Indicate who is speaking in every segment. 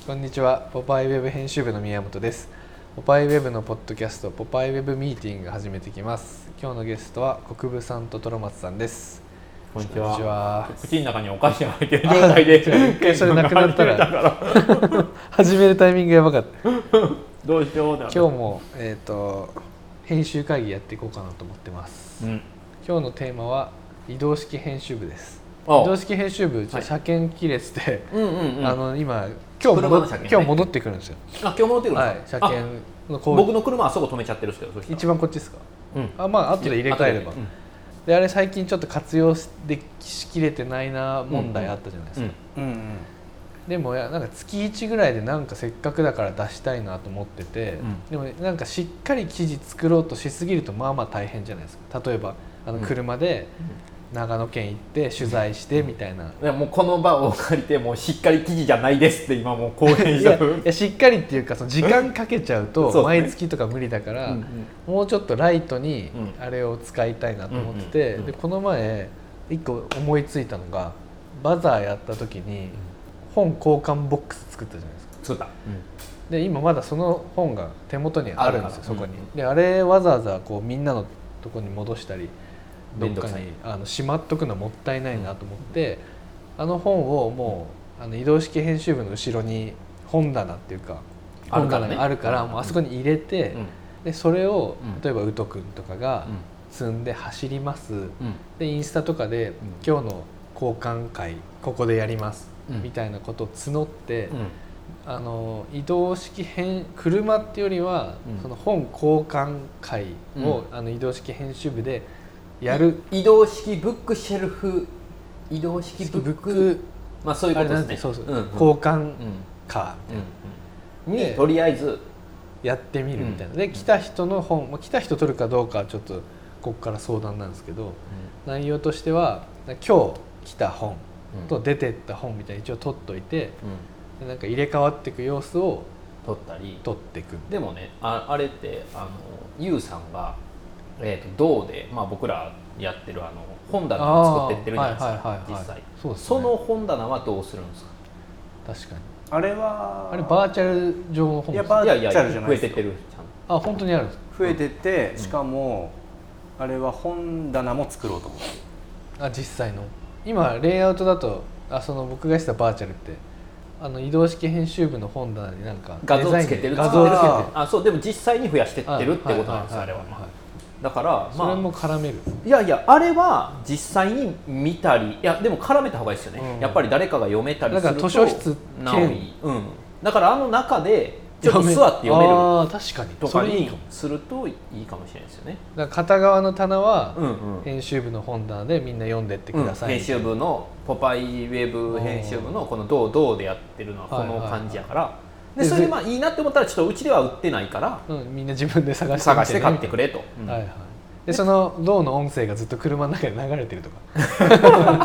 Speaker 1: こんにちは。ポパイウェブ編集部の宮本です。ポパイウェブのポッドキャストポパイウェブミーティングが始めてきます。今日のゲストは国分さんとトロマツさんです。
Speaker 2: こんにちは。
Speaker 1: こんにちは。
Speaker 2: 口の中にお菓子が入ってる状態で
Speaker 1: 一回それなくなったら始めるタイミングやばかった。
Speaker 2: どうしようだ。
Speaker 1: 今日も、編集会議やっていこうかなと思ってます、今日のテーマは移動式編集部です。移動式編集部、車検切れてて、今日戻ってくるんですよ。
Speaker 2: 今日戻ってくるんですか。
Speaker 1: はい、車検の
Speaker 2: 僕の車はそこ止めちゃってるんですけど、
Speaker 1: 一番こっちですか。後で入れ替えれば。であれ最近ちょっと活用しきれてないな問題あったじゃないですか。でもなんか月1ぐらいでなんかせっかくだから出したいなと思ってて、でもなんかしっかり記事作ろうとしすぎるとまあまあ大変じゃないですか。例えば車で長野県行って取材してみたいな、
Speaker 2: もうこの場を借りてもうしっかり記事じゃないですって今もう公言した。
Speaker 1: いやしっかりっていうかその時間かけちゃうと毎月とか無理だから、もうちょっとライトにあれを使いたいなと思ってて、でこの前一個思いついたのが、バザーやった時に本交換ボックス作ったじゃないですか。
Speaker 2: 作った、
Speaker 1: で今まだその本が手元にあるんですよ。そこにであれわざわざこうみんなのとこに戻したりどっかにしまっとくのもったいないなと思って、あの本をもう移動式編集部の後ろに本棚っていうか本棚があるから、もうあそこに入れて、でそれを例えばウト君とかが積んで走ります、でインスタとかで今日の交換会ここでやりますみたいなことを募って、移動式車っていうよりは、その本交換会を移動式編集部でやる。
Speaker 2: 移動式ブックシェルフ、移動式ブック、まあそういうことですね。
Speaker 1: 交換カー
Speaker 2: にとりあえず
Speaker 1: やってみるみたいな。で来た人の本、来た人取るかどうかはちょっとここから相談なんですけど、内容としては今日来た本と出てった本みたいに一応取っといて、なんか入れ替わっていく様子を
Speaker 2: 取っていく。でもね、あれってユウさんが銅で、僕らやってる本棚を作ってってるじゃないですか。実際その本棚はどうするんですか。
Speaker 1: 確かに
Speaker 3: あれバ
Speaker 1: ーチャル上の本ですか。
Speaker 3: バーチャルじゃないですよ。
Speaker 2: 増えてってる。
Speaker 1: 本当にあるんですか。
Speaker 3: 増えてて、しかもあれは本棚も作ろうと思って。
Speaker 1: 実際の今レイアウトだとその僕がしてたバーチャルって移動式編集部の本棚になんか
Speaker 2: 画像つけてる。そうでも実際に増やしてってるってことなんです。あれはだから
Speaker 1: それも絡める。
Speaker 2: いやあれは実際に見たり、でも絡めた方がいいですよね。やっぱり誰かが読めたりすると
Speaker 1: 図書室
Speaker 2: なおいい。だから中でちょっと座って読める
Speaker 1: 確かに
Speaker 2: とかにするといいかもしれないですよね。
Speaker 1: だから片側の棚は編集部の本棚でみんな読んでってください、
Speaker 2: 編集部のポパイウェブ編集部のこの銅でやってるのはこの感じやから、でそれでいいなって思ったらちょっとうちでは売ってないから、
Speaker 1: みんな自分で探
Speaker 2: して買ってくれと。
Speaker 1: でその銅の音声がずっと車の中で流れてるとか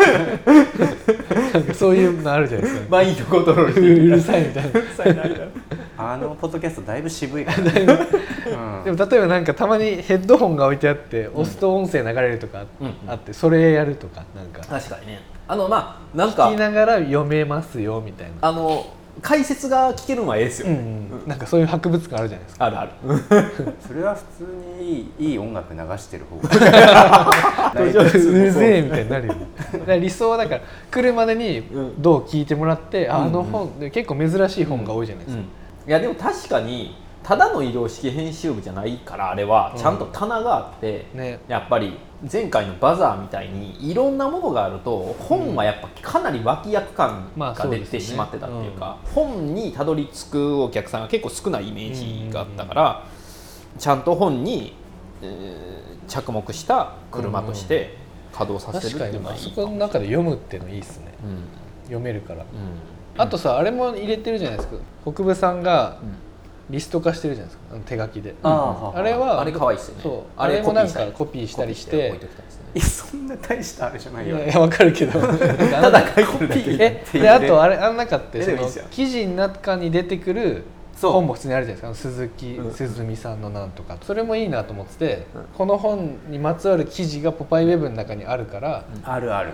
Speaker 1: そういうのあるじゃないですか。
Speaker 2: マインドコントロール
Speaker 1: うるさいみたいな。
Speaker 3: ポッドキャストだいぶ渋いから
Speaker 1: でも例えばなんかたまにヘッドホンが置いてあって押すと音声流れるとかあって、それやるとか、なんか
Speaker 2: 確かにね、なんか
Speaker 1: 聞きながら読めますよみたいな
Speaker 2: 解説が聞けるのはええですよ。
Speaker 1: なんかそういう博物館あるじゃないですか。
Speaker 2: ある
Speaker 3: それは普通にいい音楽流してる方が
Speaker 1: うるせえみたいになるよね。だから理想はだから来るまでにどう聞いてもらって、本で結構珍しい本が多いじゃないですか。
Speaker 2: いやでも確かにただの移動式編集部じゃないから、あれはちゃんと棚があって、やっぱり前回のバザーみたいにいろんなものがあると本はやっぱかなり脇役感が出てしまってたっていうか、本にたどり着くお客さんが結構少ないイメージがあったから、ちゃんと本に着目した車として稼働させるっていうのはいいかも。
Speaker 1: そこの中で読むっていうのいいですね。読めるから。あとさ、あれも入れてるじゃないですか。国分さんがリスト化してるじゃないですか、手書きで。あ
Speaker 2: れ可愛いですよね。
Speaker 1: そう、あれもなんかコピーしたりして。
Speaker 3: そんな大したあれじゃないよ。
Speaker 1: いやわかるけど。
Speaker 2: ただ書いてるだけ。
Speaker 1: であとあの中ってその記事の中に出てくる本も普通にあるじゃないですか。鈴木鈴美さんのなんとか、それもいいなと思ってて、この本にまつわる記事がポパイウェブの中にあるから。
Speaker 3: あるある。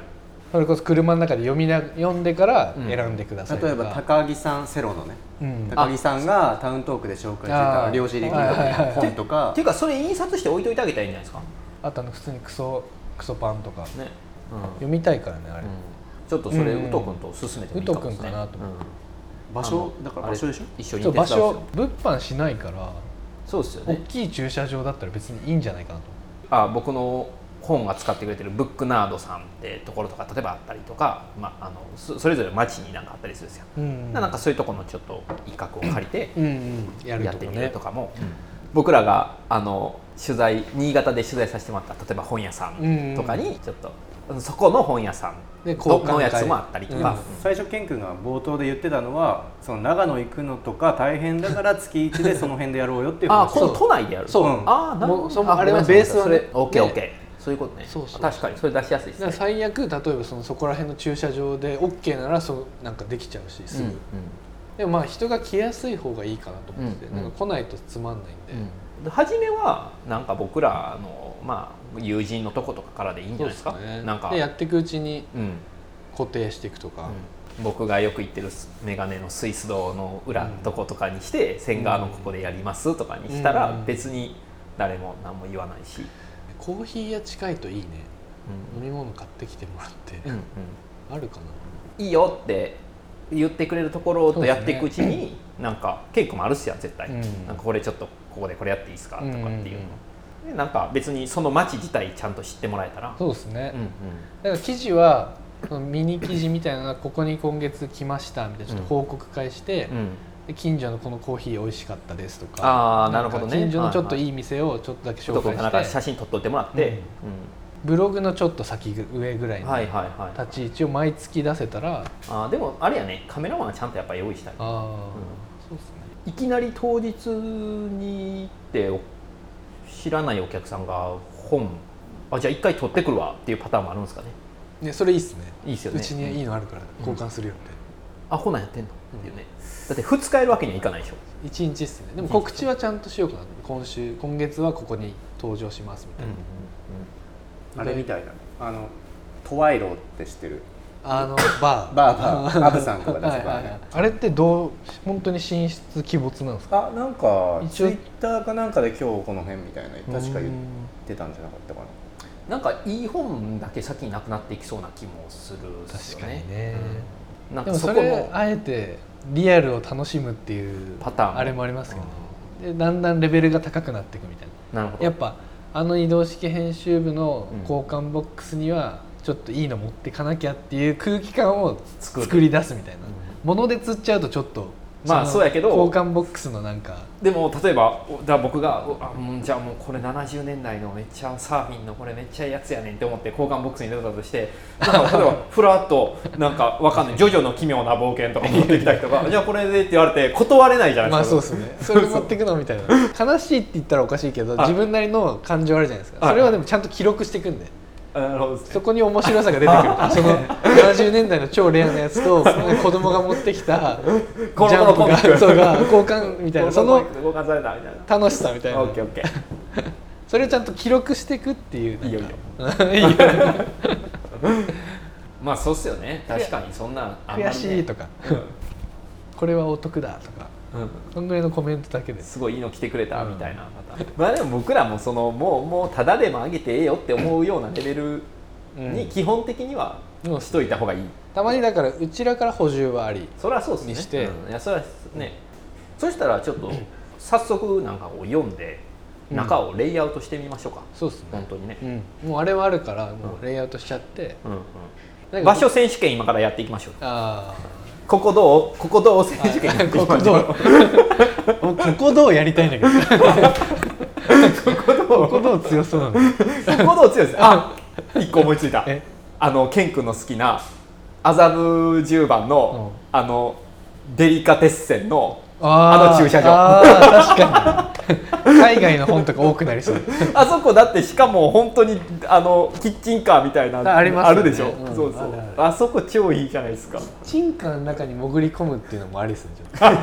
Speaker 1: それこそ車の中で読んでから選んでくださいとか、
Speaker 3: 例えば高木さんセロのね、高木さんがタウントークで紹介してた量子力学の本とか
Speaker 2: っていうかそれ印刷して置いといてあげたらいいんじゃないですか。
Speaker 1: あと普通にクソパンとか、ね、読みたいからねあれ、
Speaker 2: ちょっとそれウト君と進めてもいいかもですね。
Speaker 1: ウト君かなと思って、
Speaker 3: 場所だから場所でしょ、
Speaker 2: 一緒に手伝う
Speaker 1: 場所物販しないから、
Speaker 2: そうですよね。
Speaker 1: 大きい駐車場だったら別にいいんじゃないかなと。
Speaker 2: 僕の本が使ってくれてるブックナードさんってところとか例えばあったりとか、それぞれ町になんかあったりするんですよ、なんかそういうところのちょっと一角を借りてやってみるとかも、僕らが新潟で取材させてもらった例えば本屋さんとかにちょっとそこの本屋さんのやつもあったりとか、
Speaker 3: 最初ケン君が冒頭で言ってたのはその長野行くのとか大変だから月1でその辺でやろうよっていう話。
Speaker 2: この都内でやる。
Speaker 1: そう、あれはベースはね、
Speaker 2: オッケーそういうことね。確かにそれ出しやすいですね。
Speaker 1: 最悪例えばそこら辺の駐車場で OK ならなんかできちゃうしすぐ、でも人が来やすい方がいいかなと思って、なんか来ないとつまんないんで、
Speaker 2: 初めはなんか僕らの友人のとことかからでいいんじゃないですか。なんか
Speaker 1: でやっていくうちに固定していくとか、
Speaker 2: 僕がよく行ってるメガネのスイス堂の裏のとことかにして千川のここでやりますとかにしたら別に誰も何も言わないし、
Speaker 1: コーヒー屋近いといいね、飲み物買ってきてもらって、あるかな、
Speaker 2: いいよって言ってくれるところとやっていくうちに、なんかケイクもあるっすよ絶対、なんかこれちょっとここでこれやっていいですかとかっていうの、なんか別にその街自体ちゃんと知ってもらえたら。
Speaker 1: そうですね、だから記事はミニ記事みたいなのがここに今月来ましたみたいなちょっと報告会して、近所のこのコーヒー美味しかったですとか、
Speaker 2: なるほどね、
Speaker 1: 近所のちょっといい店をちょっとだけ紹介して、
Speaker 2: なんか写真撮っといてもらって、
Speaker 1: ブログのちょっっと上ぐらいの立ち位置を毎月出せたら、
Speaker 2: でもあれやね、カメラマンはちゃんとやっぱ用意したい。
Speaker 1: そうですね。
Speaker 2: いきなり当日に行って知らないお客さんが本じゃあ一回取ってくるわっていうパターンもあるんですかね。
Speaker 1: それいいっすね。
Speaker 2: いいっすよね。
Speaker 1: うちにいいのあるから交換するよって。
Speaker 2: ほなやってんのっていうね。だって2日やるわけにはいかないでしょ。
Speaker 1: 1日っすね。でも告知はちゃんとしようかな。今月はここに登場しますみたい
Speaker 3: な。あれみたいだね。トワイロって知ってる？
Speaker 1: バ
Speaker 3: ーアブさんとか出すバー。
Speaker 1: あれって本当に神出鬼没なんですか？
Speaker 3: なんかツイッターかなんかで今日この辺みたいな確か言ってたんじゃなかったかな。
Speaker 2: なんかいい本だけ先になくなっていきそうな気もするですよね。
Speaker 1: 確かにね。
Speaker 2: なん
Speaker 1: かそれあえてリアルを楽しむっていう
Speaker 2: パターン
Speaker 1: あれもありますけど、でだんだんレベルが高くなっていくみたいな。
Speaker 2: なるほど。
Speaker 1: やっぱ移動式編集部の交換ボックスにはちょっといいの持っていかなきゃっていう空気感を作り出すみたいな。もので釣っちゃうとちょっと
Speaker 2: そうやけど
Speaker 1: 交換ボックスのなんか
Speaker 2: でも例えば僕がじゃあもうこれ70年代のめっちゃサーフィンのこれめっちゃいいやつやねんって思って交換ボックスに出たとして例えばふらっとなんかわかんないジョジョの奇妙な冒険とか持ってきたりとかじゃあこれでって言われて断れないじゃないですか。
Speaker 1: そうですね。それで持っていくのみたいな悲しいって言ったらおかしいけど自分なりの感情あるじゃないですか。それはでもちゃんと記録していくんで。そこに面白さが出てくる。その70年代の超レアなやつと子供が持ってきたジャンプが交換みたいなその楽しさみたいなそれをちゃんと記録していくっていう。いいよ
Speaker 2: そうっすよね。確かにそんな
Speaker 1: 悔しいとかこれはお得だとかそんぐらいのコメントだけです
Speaker 2: ごいいいの来てくれたみたいなパターン。でも僕らももうただでもあげてええよって思うようなレベルに基本的にはしといた方がいい。
Speaker 1: たまにだからうちらから補充はあり
Speaker 2: それはそうですね。
Speaker 1: にして、
Speaker 2: それはね。そしたらちょっと早速なんかを読んで中をレイアウトしてみましょうか。
Speaker 1: そうですね。
Speaker 2: 本当にね。
Speaker 1: もうあれはあるからもうレイアウトしちゃって、
Speaker 2: 場所選手権今からやっていきましょう。ここどう選手権やっていきましょう。
Speaker 1: ここどうやりたいんだけどここどう強そうなの。こ
Speaker 2: こどう強いです。一個思いついた。ケン君の好きな麻布十番のデリカテッセンの駐車場。
Speaker 1: 確かに海外の本とか多くなりそう。
Speaker 2: あそこだってしかも本当にキッチンカーみたいなあるでしょ。そうそう。あそこ超いいじゃないですか。
Speaker 1: キッチンカーの中に潜り込むっていうのもありですね。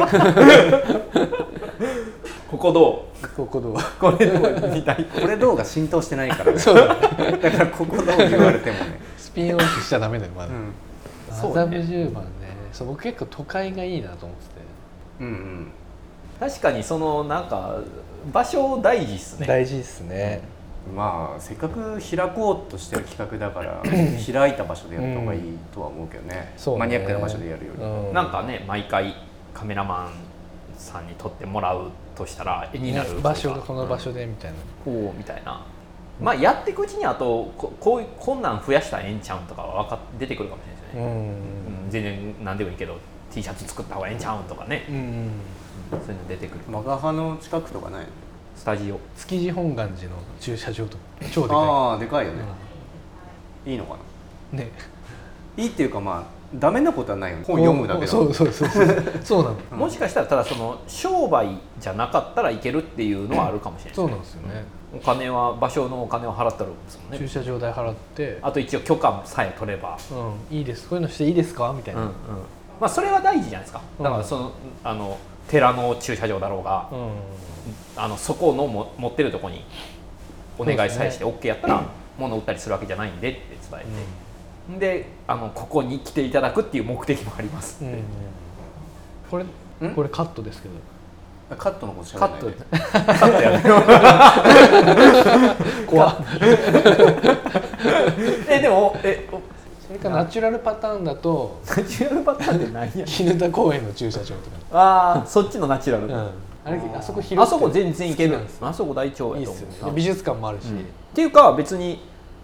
Speaker 2: ここどうこれどうみたい。
Speaker 3: これどうが浸透してないからね。そうだからここどう言われてもね。
Speaker 1: スピンオフしちゃダメだよまだ、
Speaker 2: そうね
Speaker 1: 麻布十番ね。そう僕結構都会がいいなと思ってて。
Speaker 3: うんうん、
Speaker 2: 確かにそのなんか場所大事っすね。
Speaker 1: 大事っすね。
Speaker 3: まあせっかく開こうとしてる企画だから開いた場所でやった方がいいとは思うけどね、
Speaker 1: そうね、
Speaker 3: マニアックな場所でやるより、
Speaker 2: なんかね毎回カメラマンさんに撮ってもらうとしたら絵になる
Speaker 1: 場所がこの場所でみたいな、
Speaker 2: こうみたいな、まあやっていくうちにあとこんなん増やしたらええんちゃうんとかは出てくるかもしれないですよね、全然何でもいいけど T シャツ作った方がええんちゃうんとかね、そういうの出てくる。
Speaker 3: マガハの近くとかないの？
Speaker 2: スタジオ
Speaker 1: 築地本願寺の駐車場とか超でかい。
Speaker 3: ああでかいよね、いいのかな
Speaker 1: ね。
Speaker 3: いいっていうかまあダメなことはないよね、本読むだけだ。
Speaker 1: そうそうなの、
Speaker 2: もしかしたらただその商売じゃなかったらいけるっていうのはあるかもしれないですね、
Speaker 1: そうなんですよね、
Speaker 2: お金は場所のお金を払ったらですもんね。
Speaker 1: 駐車場代払って、
Speaker 2: あと一応許可さえ取れば、
Speaker 1: いいですこういうのしていいですかみたいな、
Speaker 2: まあそれは大事じゃないですか。だからその寺の駐車場だろうが、そこの持ってるとこにお願いさえして OK やったら物を売ったりするわけじゃないんでって伝えて、でここに来ていただくっていう目的もありますって、
Speaker 1: これカットですけど、
Speaker 3: カットのことしゃべらないで。
Speaker 2: カットやる
Speaker 1: 怖っ
Speaker 2: でも
Speaker 1: それかナチュラルパターンだと
Speaker 2: ナチュラルパターンって何や
Speaker 1: 絹田公園の駐車場とか、
Speaker 2: ああそっちのナチュラル、
Speaker 1: あれあそこ広くて
Speaker 2: あそこ全然行けるんです。あそこ大腸やと思う。
Speaker 1: いいっすよね。美術館もあるし、
Speaker 2: っていうか別に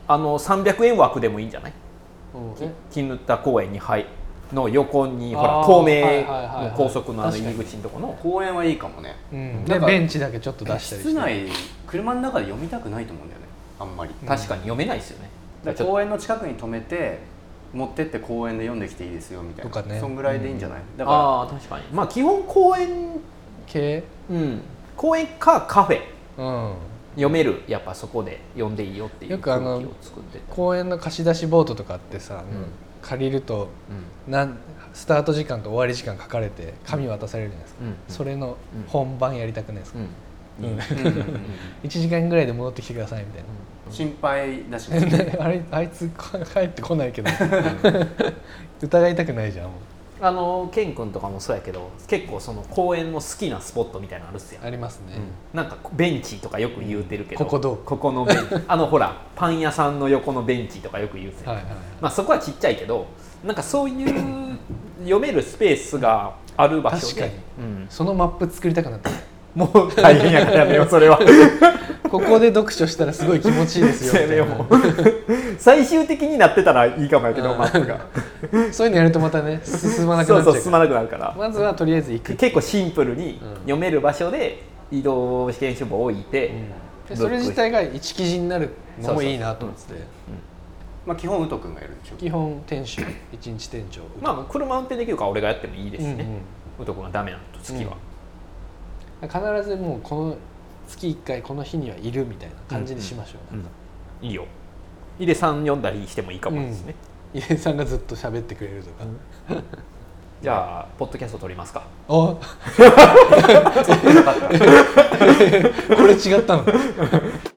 Speaker 2: 300円枠でもいいんじゃない？絹田公園にの横にほら透明の高速の入り口のとこの
Speaker 3: 公園はいいかもね、
Speaker 1: でベンチだけちょっと出したりして、
Speaker 3: 室内車の中で読みたくないと思うんだよね、あんまり。
Speaker 2: 確かに読めないですよね。
Speaker 3: だから公園の近くに止めて持ってって公園で読んできていいですよみたいな、そんぐらいでいいんじゃない？だから
Speaker 2: ああ確かに、まあ基本公園
Speaker 1: 系、
Speaker 2: 公園かカフェ、読める、やっぱそこで読んでいいよっていう空気を作ってて、
Speaker 1: 公園の貸し出しボートとかってさ、借りると、スタート時間と終わり時間書かれて紙渡されるじゃないですか、それの本番やりたくないですか、1時間ぐらいで戻ってきてくださいみたいな、
Speaker 3: 心配だしね
Speaker 1: あいつ帰ってこないけど疑いたくないじゃん。
Speaker 2: ケン君とかもそうやけど結構その公園の好きなスポットみたいなのあるっすよ。
Speaker 1: ありますね、
Speaker 2: なんかベンチとかよく言うてるけど、
Speaker 1: ここどう？
Speaker 2: ここのベンチほらパン屋さんの横のベンチとかよく言うてる、まあそこはちっちゃいけどなんかそういう読めるスペースがある場所で、
Speaker 1: 確かに、そのマップ作りたくなった。
Speaker 2: もう大変やからやめようそれは
Speaker 1: ここで読書したらすごい気持ちいいですよみたいな
Speaker 2: 最終的になってたらいいかもやけど、マップが
Speaker 1: そういうのやるとまたね進まなくなっちゃうから、
Speaker 2: 進まなくなるから、
Speaker 1: まずはとりあえず行く。
Speaker 2: 結構シンプルに読める場所で移動試験書を置いて、
Speaker 1: それ自体が一記事になるのもいいなと思ってて、
Speaker 3: まあ基本ウト君がやるでしょ。
Speaker 1: 基本店主一日店長、
Speaker 2: まあ車運転できるから俺がやってもいいですしね、ウト君がダメなと月は、
Speaker 1: 必ずもうこの月1回この日にはいるみたいな感じにしましょう。
Speaker 2: いいよ。井出さん読んだりしてもいいかもですね。
Speaker 1: 井出さんがずっと喋ってくれるとか、
Speaker 2: じゃあポッドキャスト撮りますか。
Speaker 1: これ違ったの